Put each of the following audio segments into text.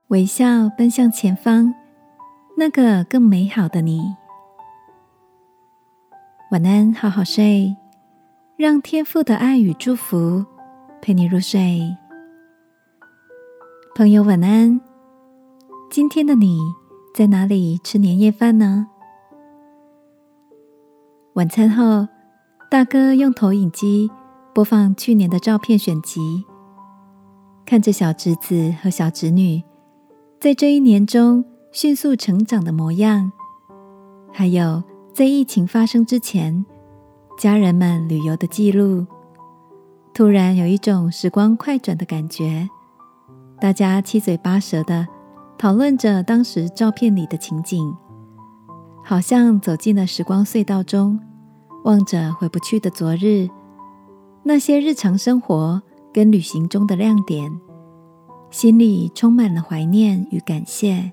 微笑奔向前方，那个更美好的你。晚安，好好睡，让天父的爱与祝福陪你入睡。朋友晚安，今天的你在哪里吃年夜饭呢？晚餐后，大哥用投影机播放去年的照片选集，看着小侄子和小侄女在这一年中迅速成长的模样，还有在疫情发生之前家人们旅游的记录，突然有一种时光快转的感觉。大家七嘴八舌地讨论着当时照片里的情景，好像走进了时光隧道中，望着回不去的昨日，那些日常生活跟旅行中的亮点，心里充满了怀念与感谢。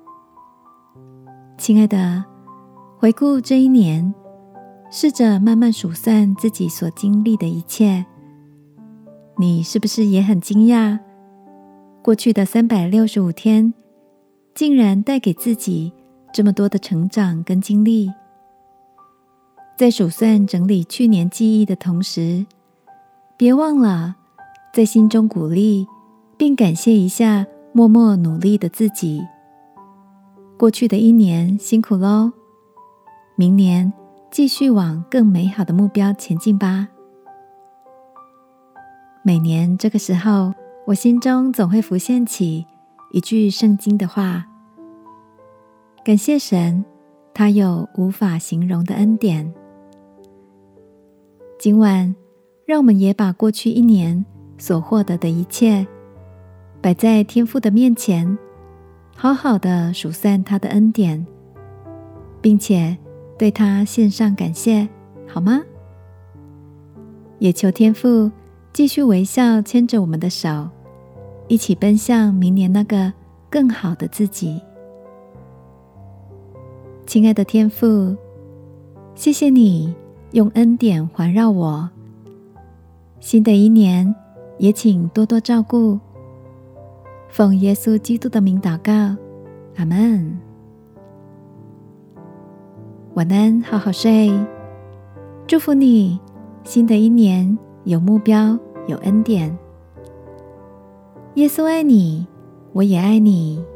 亲爱的，回顾这一年，试着慢慢数算自己所经历的一切，你是不是也很惊讶？过去的365天，竟然带给自己这么多的成长跟经历。在数算整理去年记忆的同时，别忘了在心中鼓励并感谢一下默默努力的自己。过去的一年辛苦咯，明年继续往更美好的目标前进吧。每年这个时候，我心中总会浮现起一句圣经的话：感谢神，他有无法形容的恩典。今晚，让我们也把过去一年所获得的一切摆在天父的面前，好好的数算他的恩典，并且对他献上感谢，好吗？也求天父继续微笑牵着我们的手，一起奔向明年那个更好的自己。亲爱的天父，谢谢你用恩典环绕我，新的一年也请多多照顾。奉耶稣基督的名祷告，阿们。晚安，好好睡。祝福你，新的一年有目标，有恩典。耶稣爱你，我也爱你。